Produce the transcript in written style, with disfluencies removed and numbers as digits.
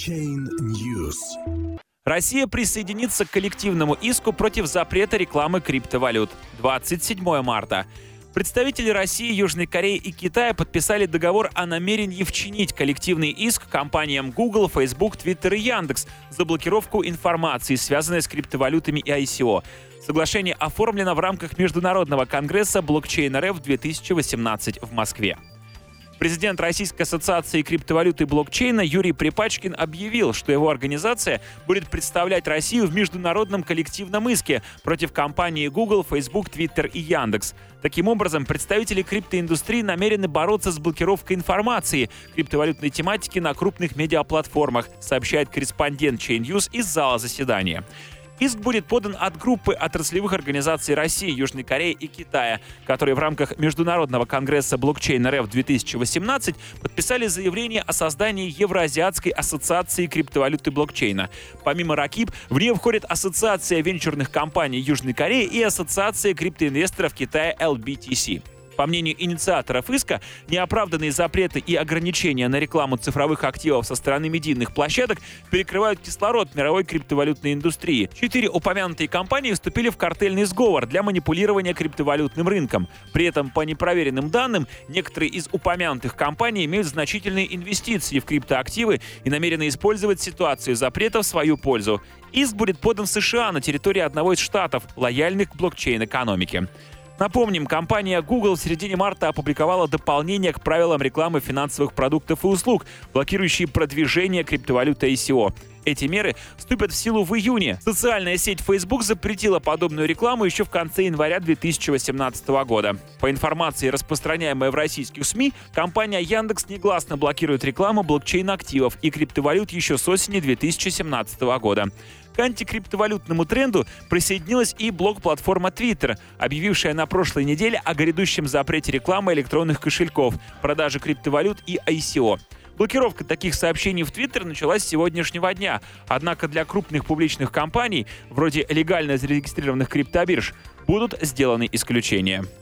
Blockchain News. Россия присоединится к коллективному иску против запрета рекламы криптовалют. 27 марта. Представители России, Южной Кореи и Китая подписали договор о намерении вчинить коллективный иск компаниям Google, Facebook, Twitter и Яндекс за блокировку информации, связанной с криптовалютами и ICO. Соглашение оформлено в рамках Международного конгресса Blockchain РФ 2018 в Москве. Президент Российской ассоциации криптовалют и блокчейна Юрий Припачкин объявил, что его организация будет представлять Россию в международном коллективном иске против компаний Google, Facebook, Twitter и Яндекс. Таким образом, представители криптоиндустрии намерены бороться с блокировкой информации криптовалютной тематики на крупных медиаплатформах, сообщает корреспондент Chain News из зала заседания. Иск будет подан от группы отраслевых организаций России, Южной Кореи и Китая, которые в рамках Международного конгресса Blockchain РФ 2018 подписали заявление о создании Евроазиатской ассоциации криптовалют и блокчейна. Помимо РАКИБ, в нее входит Ассоциация венчурных компаний Южной Кореи и Ассоциация криптоинвесторов Китая LBTC. По мнению инициаторов иска, неоправданные запреты и ограничения на рекламу цифровых активов со стороны медийных площадок перекрывают кислород мировой криптовалютной индустрии. 4 упомянутые компании вступили в картельный сговор для манипулирования криптовалютным рынком. При этом, по непроверенным данным, некоторые из упомянутых компаний имеют значительные инвестиции в криптоактивы и намерены использовать ситуацию запрета в свою пользу. Иск будет подан в США на территории одного из штатов, лояльных к блокчейн-экономике. Напомним, компания Google в середине марта опубликовала дополнение к правилам рекламы финансовых продуктов и услуг, блокирующие продвижение криптовалюты ICO. Эти меры вступят в силу в июне. Социальная сеть Facebook запретила подобную рекламу еще в конце января 2018 года. По информации, распространяемой в российских СМИ, компания Яндекс негласно блокирует рекламу блокчейн-активов и криптовалют еще с осени 2017 года. К антикриптовалютному тренду присоединилась и блог-платформа Twitter, объявившая на прошлой неделе о грядущем запрете рекламы электронных кошельков, продажи криптовалют и ICO. Блокировка таких сообщений в Twitter началась с сегодняшнего дня. Однако для крупных публичных компаний, вроде легально зарегистрированных криптобирж, будут сделаны исключения.